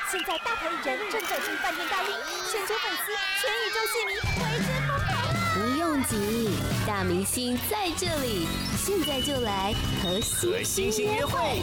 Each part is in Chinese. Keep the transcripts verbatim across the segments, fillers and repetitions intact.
现在大牌艺人正走进饭店大厅，全球粉丝、全宇宙戏迷为之疯狂。 不用急，大明星在这里，现在就来和星星约会。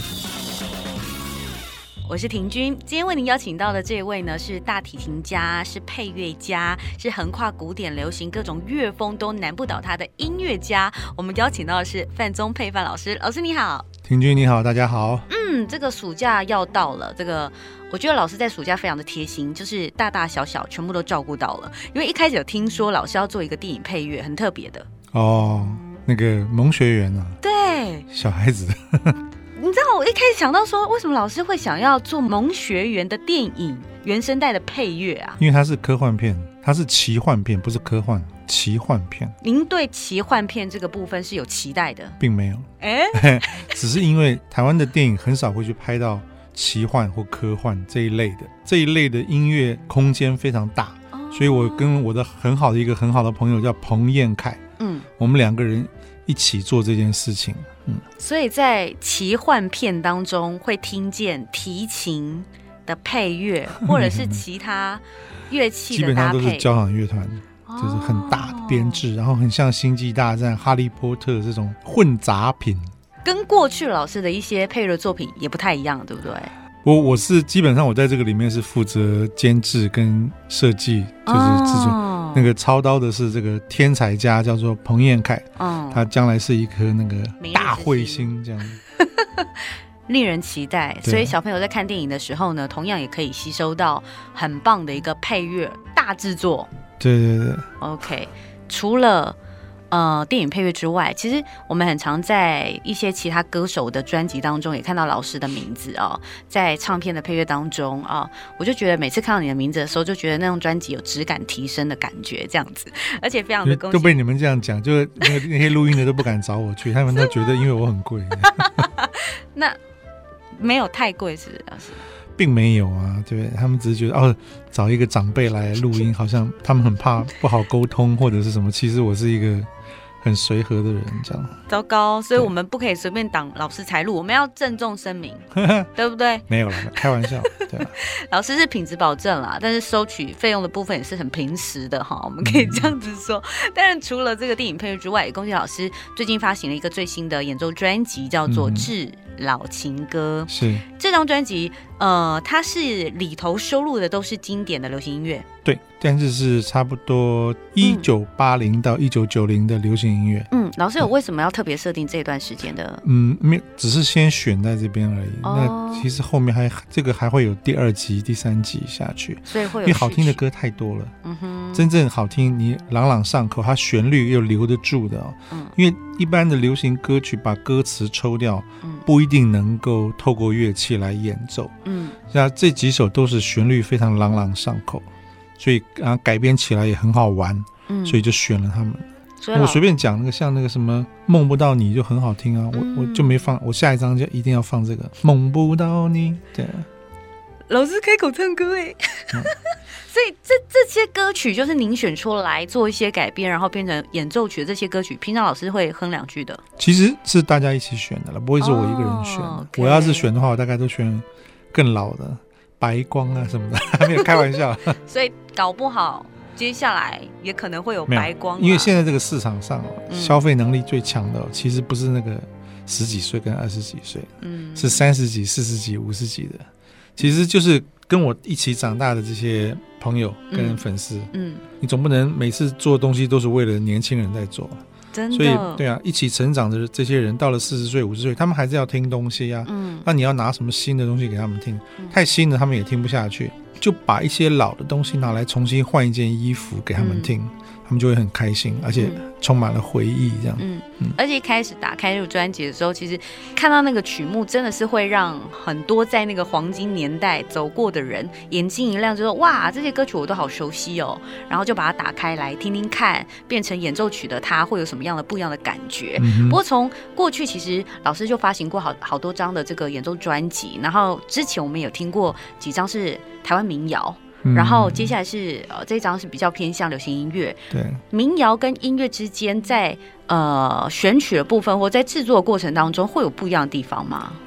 我是婷君，今天为您邀请到的这位呢是大提琴家，是配乐家，是横跨古典流行各种乐风都难不倒他的音乐家。我们邀请到的是范宗沛范老师，老师你好。 婷君你好，大家好。 嗯，这个暑假要到了，这个我觉得老师在暑假非常的贴心，就是大大小小全部都照顾到了。因为一开始有听说老师要做一个电影配乐，很特别的哦，那个萌学园啊， 对， 小孩子。 你知道我一开始想到说，为什么老师会想要做萌学园的电影原声带的配乐啊？ 因为它是科幻片，它是奇幻片，不是科幻，奇幻片。 您对奇幻片这个部分是有期待的？并没有， 哎， 只是因为台湾的电影很少会去拍到奇幻或科幻这一类的，这一类的音乐空间非常大，哦、所以我跟我的很好的一个很好的朋友叫彭彦凯，嗯，我们两个人一起做这件事情。嗯， 所以在奇幻片当中会听见提琴的配乐，或者是其他乐器的搭配， 基本上都是交响乐团，就是很大的编制，然后很像星际大战、哈利波特这种混杂品， 跟过去老师的一些配乐作品也不太一样，对不对？ 我我是基本上我在这个里面是负责监制跟设计，就是制作。哦，那个操刀的是这个天才家，叫做彭彦凯，哦，他将来是一颗那个大彗星这样令人期待。所以小朋友在看电影的时候呢，同样也可以吸收到很棒的一个配乐大制作。 对对对 OK， 除了呃，电影配乐之外，其实我们很常在一些其他歌手的专辑当中也看到老师的名字哦，在唱片的配乐当中啊，我就觉得每次看到你的名字的时候，就觉得那种专辑有质感提升的感觉，这样子，而且非常的恭喜。 都被你们这样讲，就那个那些录音的都不敢找我去，他们都觉得因为我很贵。 那没有太贵是不是，老师？ 并没有啊，对不对？他们只是觉得哦，找一个长辈来录音，好像他们很怕不好沟通或者是什么。其实我是一个很随和的人，这样。 糟糕，所以我们不可以随便挡老师财路，我们要郑重声明，对不对？ 没有了，开玩笑。对啊， 老师是品质保证啦，但是收取费用的部分也是很平实的哈，我们可以这样子说。嗯、但是除了这个电影配乐之外，也恭喜老师最近发行了一个最新的演奏专辑，叫做《致老情歌》。 是这张专辑，呃，它是里头收录的都是经典的流行音乐。 对，但是是差不多一九八零到一九九零的流行音乐。 嗯，老师有为什么要特别设定这段时间的？ 嗯，没有，只是先选在这边而已。哦、那其实后面还这个还会有第二集、第三集下去， 所以会有， 因为好听的歌太多了。嗯哼，真正好听，你朗朗上口，它旋律又留得住的哦。嗯，因为一般的流行歌曲把歌词抽掉，嗯，不一定能够透过乐器来演奏。嗯，那这几首都是旋律非常朗朗上口。所以啊，改编起来也很好玩，嗯，所以就选了他们。我随便讲那个，像那个什么梦不到你就很好听啊，嗯、我我就没放，我下一张就一定要放这个梦不到你。对， 老师开口唱歌哎，嗯、所以这这些歌曲就是您选出来做一些改编，然后变成演奏曲的这些歌曲，平常老师会哼两句的。 其实是大家一起选的了，不会是我一个人选。哦 okay、我要是选的话，我大概都选更老的。白光啊什么的，没有开玩笑。 所以搞不好接下来也可能会有白光， 因为现在这个市场上、嗯、消费能力最强的、哦、其实不是那个十几岁跟二十几岁，嗯，是三十几、四十几、五十几的，其实就是跟我一起长大的这些朋友跟粉丝，嗯，你总不能每次做东西都是为了年轻人在做。 真的， 所以对啊，一起成长的这些人到了四十岁、五十岁，他们还是要听东西啊。嗯，那你要拿什么新的东西给他们听？嗯、太新的他们也听不下去，就把一些老的东西拿来重新换一件衣服给他们听，嗯、他们就会很开心，而且充满了回忆这样。嗯嗯，而且一开始打开这个专辑的时候，其实看到那个曲目，真的是会让很多在那个黄金年代走过的人眼睛一亮，就说哇，这些歌曲我都好熟悉哦，然后就把它打开来听听看，变成演奏曲的它会有什么样的不一样的感觉。嗯、不过从过去其实老师就发行过好好多张的这个演奏专辑，然后之前我们有听过几张是台湾民谣。然后接下来是呃这一张是比较偏向流行音乐， 对， 民谣跟音乐之间在呃选曲的部分或在制作的过程当中会有不一样的地方吗？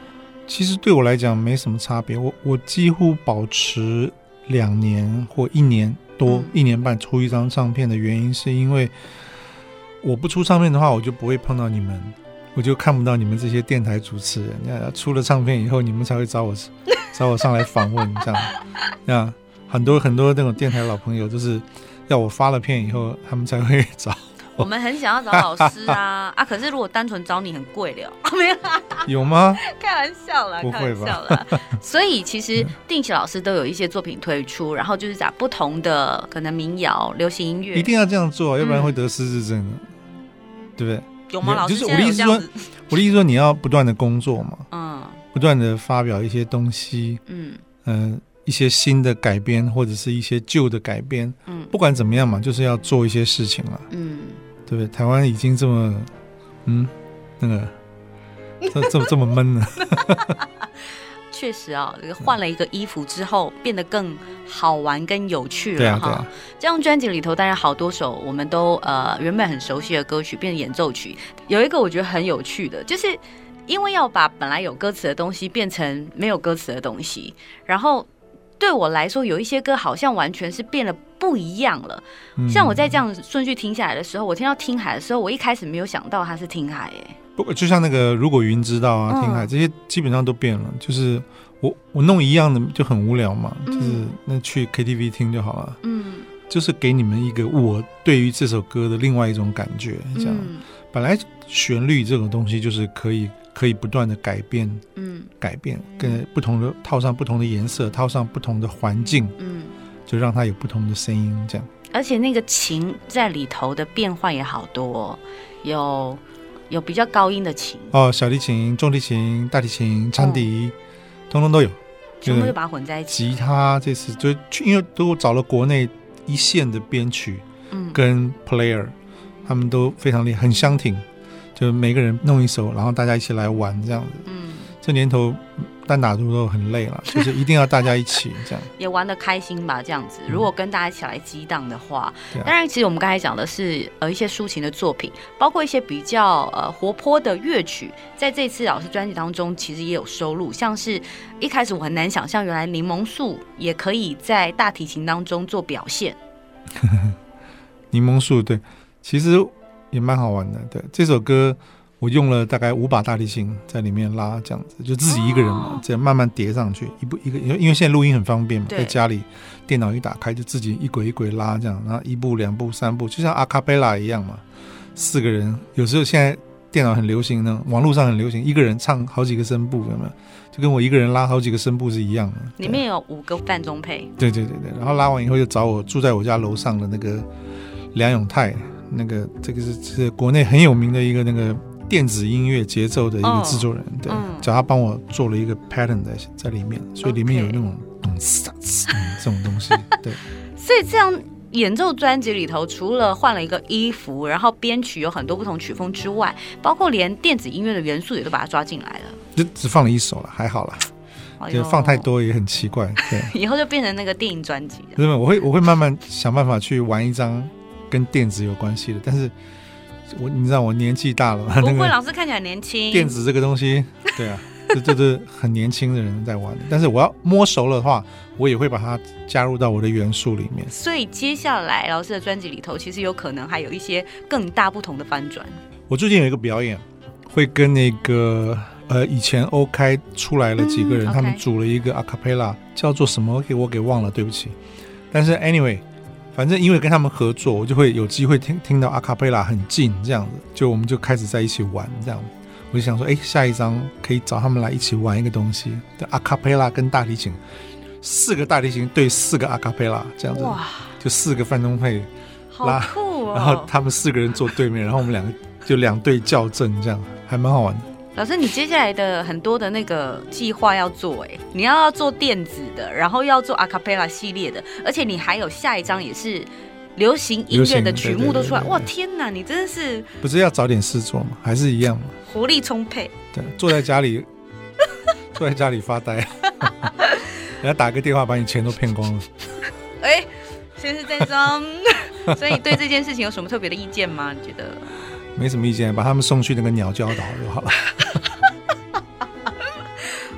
其实对我来讲没什么差别，我我几乎保持两年或一年多、嗯、一年半出一张唱片的原因，是因为我不出唱片的话，我就不会碰到你们，我就看不到你们这些电台主持人。出了唱片以后，你们才会找我找我上来访问，这样。那很多很多那种电台老朋友，就是要我发了片以后，他们才会找我。 我们很想要找老师啊啊！可是如果单纯找你很贵了，没有？ 有吗？ 开玩笑啦， 不会吧？ 开玩笑啦。所以其实定期老师都有一些作品推出，然后就是找不同的可能民谣、流行音乐， 一定要这样做，要不然会得失智症的，嗯、对不对？ 有吗？老师就是我的意思说，我的意思说你要不断的工作嘛， 嗯， 不断的发表一些东西，嗯，呃，一些新的改编或者是一些旧的改编，嗯，不管怎么样嘛，就是要做一些事情了，嗯，对不对？台湾已经这么，嗯，那个，这这么这么闷了。 确实啊，换了一个衣服之后，变得更好玩、更有趣了哈。 对啊，对啊。 这张专辑里头，当然好多首我们都呃原本很熟悉的歌曲变成演奏曲。有一个我觉得很有趣的，就是因为要把本来有歌词的东西变成没有歌词的东西，然后对我来说，有一些歌好像完全是变得不一样了。嗯、像我在这样顺序听下来的时候，我听到听海的时候，我一开始没有想到它是听海哎。 不，就像那个如果云知道啊、听海这些基本上都变了，就是我我弄一样的就很无聊嘛，嗯、就是那去 K T V 听就好了，嗯，就是给你们一个我对于这首歌的另外一种感觉，这样。嗯、本来旋律这种东西就是可以可以不断的改变，嗯，改变跟不同的套上不同的颜色，套上不同的环境，嗯，就让它有不同的声音，这样。 而且那个琴在里头的变换也好多、哦，有。有比较高音的琴哦，小提琴、重提琴、大提琴、长笛，哦、通通都有， 全部就把它混在一起。 吉他这次就因为都找了国内一线的编曲，嗯，跟 player， 他们都非常厉害，很相挺，就每个人弄一首，然后大家一起来玩这样子。嗯，这年头单打独斗很累了，就是一定要大家一起这样， 也玩得开心吧？这样子，如果跟大家一起来激荡的话，嗯、当然，其实我们刚才讲的是呃一些抒情的作品，包括一些比较呃活泼的乐曲，在这次老师专辑当中其实也有收录，像是一开始我很难想象，原来柠檬树也可以在大提琴当中做表现。 柠檬树对，其实也蛮好玩的。对，这首歌。我用了大概五把大提琴在里面拉，这样子就自己一个人嘛，这样慢慢叠上去，一步一个，因为现在录音很方便嘛，在家里电脑一打开就自己一轨一轨拉这样，然后一步两步三步，就像阿卡贝拉一样嘛，四个人。有时候现在电脑很流行呢，网络上很流行，一个人唱好几个声部，有没有？就跟我一个人拉好几个声部是一样的。 里面有五个范中配。 对对对对，然后拉完以后就找我住在我家楼上的那个梁永泰，那个这个 是, 是国内很有名的一个那个。电子音乐节奏的一个制作人，哦、对，叫、嗯、他帮我做了一个 pattern 在在里面，所以里面有那种咚哧哧这种东西，对。 所以这样演奏专辑里头，除了换了一个衣服，然后编曲有很多不同曲风之外，包括连电子音乐的元素也都把它抓进来了。 就只放了一首了，还好啦。哎、就放太多也很奇怪，对。 以后就变成那个电影专辑了。 不是，我会我会慢慢想办法去玩一张跟电子有关系的，但是。我你知道我年纪大了嘛？ 不会，老师看起来年轻。 电子这个东西，对啊，这这是很年轻的人在玩的。但是我要摸熟了的话，我也会把它加入到我的元素里面。 所以接下来老师的专辑里头，其实有可能还有一些更大不同的翻转。 我最近有一个表演，会跟那个呃以前欧开出来了几个人，嗯 okay、他们组了一个 acapella， 叫做什么？我给忘了，对不起。但是 anyway。反正因为跟他们合作，我就会有机会 听, 听到阿卡贝拉很近这样子，就我们就开始在一起玩这样。我就想说，哎，下一张可以找他们来一起玩一个东西，阿卡贝拉跟大提琴，四个大提琴对四个阿卡贝拉这样子，就四个范中配拉， 好酷哦！ 然后他们四个人坐对面，然后我们两个就两队校正这样，还蛮好玩的。 老师，你接下来的很多的那个计划要做，哎，你要做电子的，然后要做阿卡贝拉系列的，而且你还有下一张也是流行音乐的曲目都出来，哇，天哪，你真的是不是要找点事做吗？还是一样吗？ 活力充沛。 对，坐在家里，坐在家里发呆，人家打个电话把你钱都骗光了。 哎，先是这张，所以你对这件事情有什么特别的意见吗？你觉得？ 没什么意见，把他们送去那个鸟礁岛就好了。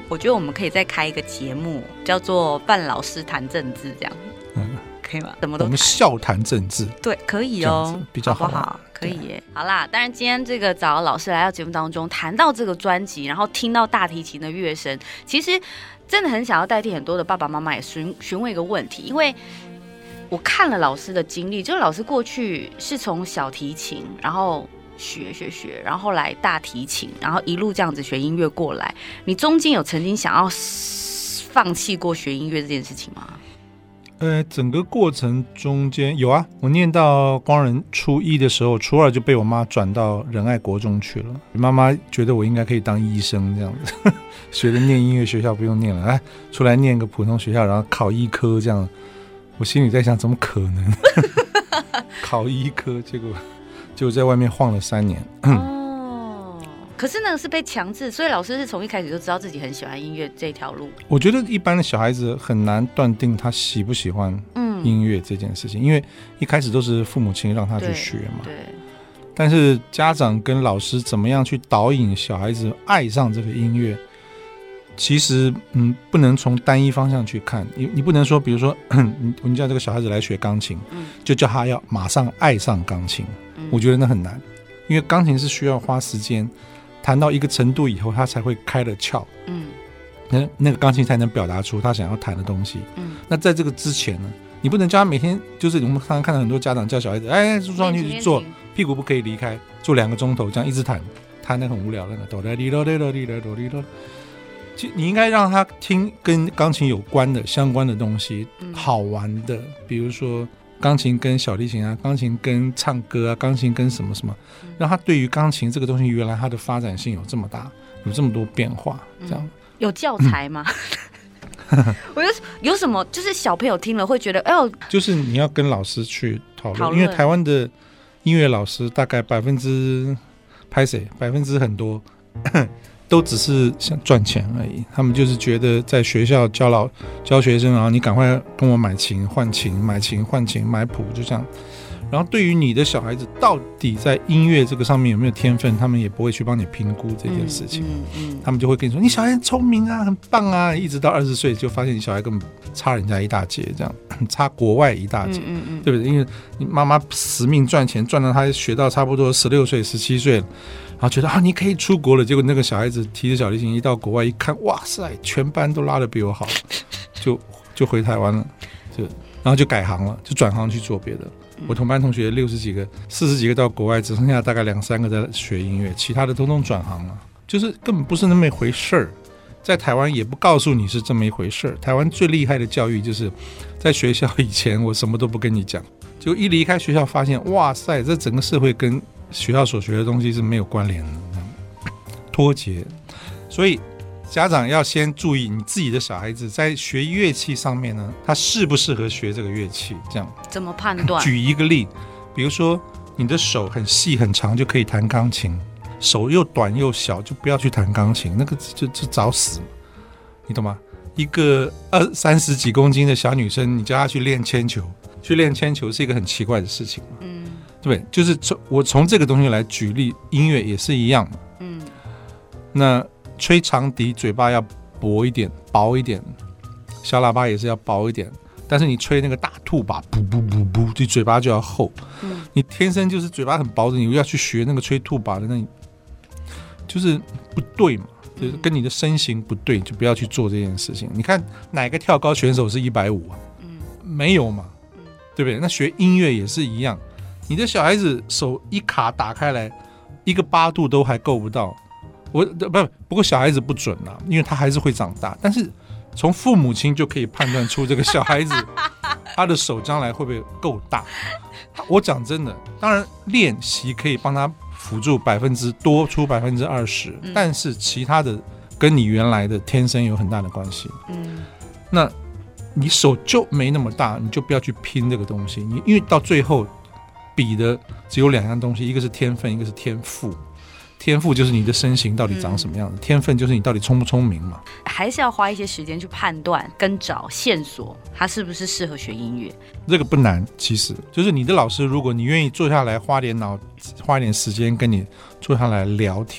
我觉得我们可以再开一个节目，叫做范老师谈政治，这样，嗯，可以吗？什么都我们笑谈政治， 对，可以哦， 比较好， 好不好？可以耶。好啦，当然今天这个找老师来到节目当中，谈到这个专辑，然后听到大提琴的乐声，其实真的很想要代替很多的爸爸妈妈也询询问一个问题，因为我看了老师的经历，就是老师过去是从小提琴，然后学学学，然后后来大提琴，然后一路这样子学音乐过来。你中间有曾经想要放弃过学音乐这件事情吗？ 呃，整个过程中间有啊，我念到光仁初一的时候，初二就被我妈转到仁爱国中去了。妈妈觉得我应该可以当医生这样子，学的念音乐学校不用念了，哎，出来念个普通学校，然后考医科这样。我心里在想，怎么可能考医科？结果结果在外面晃了三年。 哦，可是那个是被强制，所以老师是从一开始就知道自己很喜欢音乐这条路。 我觉得一般的小孩子很难断定他喜不喜欢音乐这件事情，嗯、因为一开始都是父母亲让他去学嘛。 对。对， 但是家长跟老师怎么样去导引小孩子爱上这个音乐？其实，嗯，不能从单一方向去看。你你不能说，比如说，你你叫这个小孩子来学钢琴，嗯、就叫他要马上爱上钢琴。嗯、我觉得那很难，因为钢琴是需要花时间，弹到一个程度以后，他才会开了窍。嗯，那那个钢琴才能表达出他想要弹的东西。嗯，那在这个之前呢，你不能叫他每天就是我们常常看到很多家长叫小孩子，哎，坐上去坐，屁股不可以离开，坐两个钟头这样一直弹，弹得很无聊，那个哆来哩哆来哆哩哆哆哩哆。你应该让他听跟钢琴有关的相关的东西，嗯、好玩的，比如说钢琴跟小提琴啊，钢琴跟唱歌啊，钢琴跟什么什么，嗯、让他对于钢琴这个东西原来它的发展性有这么大，有这么多变化，这样、嗯、 有教材吗？我有有什么就是小朋友听了会觉得，哎呦，就是你要跟老师去讨论，因为台湾的音乐老师大概百分之拍谁百分之很多。都只是想赚钱而已，他们就是觉得在学校教老教学生，然后你赶快跟我买琴换琴，买琴换琴，买谱，就这样。然后对于你的小孩子到底在音乐这个上面有没有天分，他们也不会去帮你评估这件事情。嗯嗯嗯、他们就会跟你说，你小孩聪明啊，很棒啊，一直到二十岁就发现你小孩根本差人家一大截，这样差国外一大截，嗯嗯嗯、对不对？因为你妈妈死命赚钱，赚到他学到差不多十六岁、十七岁了。然后觉得啊，你可以出国了，结果那个小孩子提着小提琴一到国外一看，哇塞，全班都拉得比我好，就就回台湾了，就然后就改行了，就转行去做别的。我同班同学六十几个、四十几个到国外，只剩下大概两三个在学音乐，其他的通通转行了，就是根本不是那么一回事儿。在台湾也不告诉你是这么一回事儿。台湾最厉害的教育就是在学校以前我什么都不跟你讲，就一离开学校发现，哇塞，这整个社会跟学校所学的东西是没有关联的，脱节。所以家长要先注意你自己的小孩子在学乐器上面呢，他适不适合学这个乐器，这样怎么判断？ 举一个例，比如说你的手很细很长就可以弹钢琴，手又短又小就不要去弹钢琴，那个就就找死，你懂吗？一个二三十几公斤的小女生，你叫她去练铅球，去练铅球是一个很奇怪的事情，嗯，对，就是从我从这个东西来举例，音乐也是一样，嗯，那吹长笛嘴巴要薄一点，薄一点，小喇叭也是要薄一点，但是你吹那个大兔把，噗噗噗噗，你嘴巴就要厚，嗯，你天生就是嘴巴很薄的，你又要去学那个吹兔把的，那你就是不对嘛，就是跟你的身形不对，就不要去做这件事情。你看哪个跳高选手是一百五啊？嗯，没有嘛，对不对？那学音乐也是一样，你的小孩子手一卡打开来，一个八度都还够不到。我不不过小孩子不准啊，因为他还是会长大。但是从父母亲就可以判断出这个小孩子他的手将来会不会够大。我讲真的，当然练习可以帮他辅助百分之多出百分之二十，但是其他的跟你原来的天生有很大的关系。嗯，那你手就没那么大，你就不要去拼这个东西。你因为到最后比的只有两样东西，一个是天分，一个是天赋。天赋就是你的身形到底长什么样子，嗯、天分就是你到底聪不聪明嘛。还是要花一些时间去判断跟找线索，他是不是适合学音乐。 这个不难，其实就是你的老师，如果你愿意坐下来花点脑花点时间跟你坐下来聊天，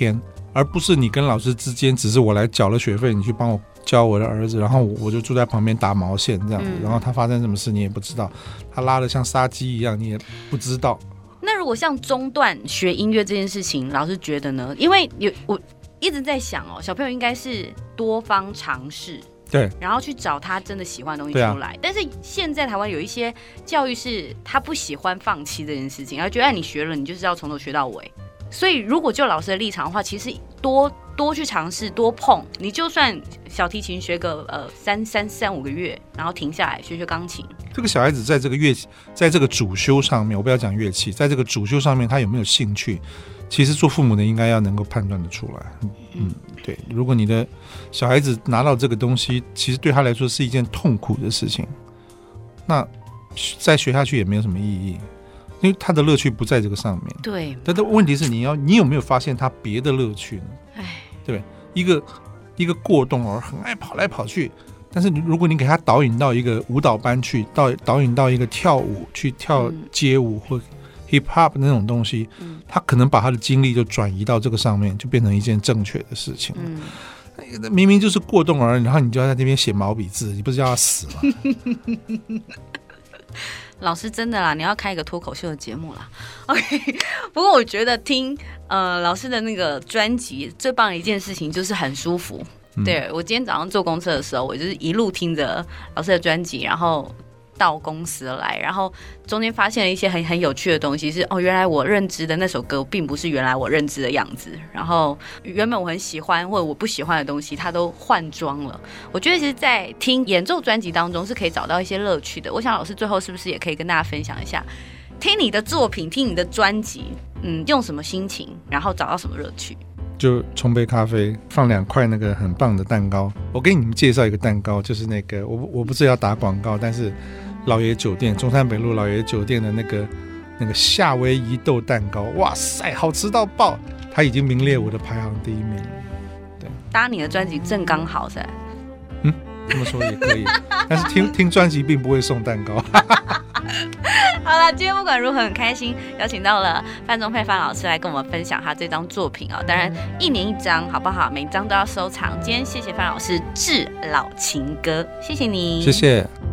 而不是你跟老师之间只是我来缴了学费，你去帮我教我的儿子，然后我就住在旁边打毛线这样子、嗯、然后他发生什么事你也不知道，他拉得像杀鸡一样你也不知道。 那如果像中断学音乐这件事情，老师觉得呢？因为有我一直在想哦，小朋友应该是多方尝试， 对， 然后去找他真的喜欢的东西出来、啊、但是现在台湾有一些教育是他不喜欢放弃这件事情，他觉得哎你学了你就是要从头学到尾，所以如果就老师的立场的话，其实多多去尝试多碰，你就算小提琴学个呃三三三五个月，然后停下来学学钢琴， 这个小孩子在这个乐器在这个主修上面，我不要讲乐器，在这个主修上面他有没有兴趣，其实做父母的应该要能够判断得出来。嗯，对，如果你的小孩子拿到这个东西其实对他来说是一件痛苦的事情，那再学下去也没有什么意义，因为他的乐趣不在这个上面。 对， 但是问题是你要你有没有发现他别的乐趣呢？对不对？一个一个过动儿很爱跑来跑去，但是如果你给他导引到一个舞蹈班去，导导引到一个跳舞去跳街舞或 hip hop 那种东西、嗯、他可能把他的精力就转移到这个上面，就变成一件正确的事情、嗯、明明就是过动儿，然后你就要在那边写毛笔字，你不是叫他死吗？ 老师真的啦，你要开一个脱口秀的节目啦。OK， 不过我觉得听呃老师的那个专辑最棒的一件事情就是很舒服。嗯、对，我今天早上坐公车的时候，我就是一路听着老师的专辑，然后到公司来，然后中间发现了一些很很有趣的东西是，哦，原来我认知的那首歌并不是原来我认知的样子，然后原本我很喜欢或者我不喜欢的东西它都换装了。我觉得其实在听演奏专辑当中是可以找到一些乐趣的。我想老师最后是不是也可以跟大家分享一下，听你的作品听你的专辑，嗯，用什么心情然后找到什么乐趣？ 就冲杯咖啡，放两块那个很棒的蛋糕。我给你们介绍一个蛋糕，就是那个我我不是要打广告，但是老爷酒店中山北路老爷酒店的那个那个夏威夷豆蛋糕，哇塞，好吃到爆！它已经名列我的排行第一名了。对， 搭你的专辑正刚好噻。 嗯，这么说也可以，但是听听专辑并不会送蛋糕。 好了，今天不管如何很开心，邀请到了范仲佩范老师来跟我们分享他这张作品哦。当然一年一张，好不好？每张都要收藏。今天谢谢范老师《致老情歌》，谢谢你， 谢谢。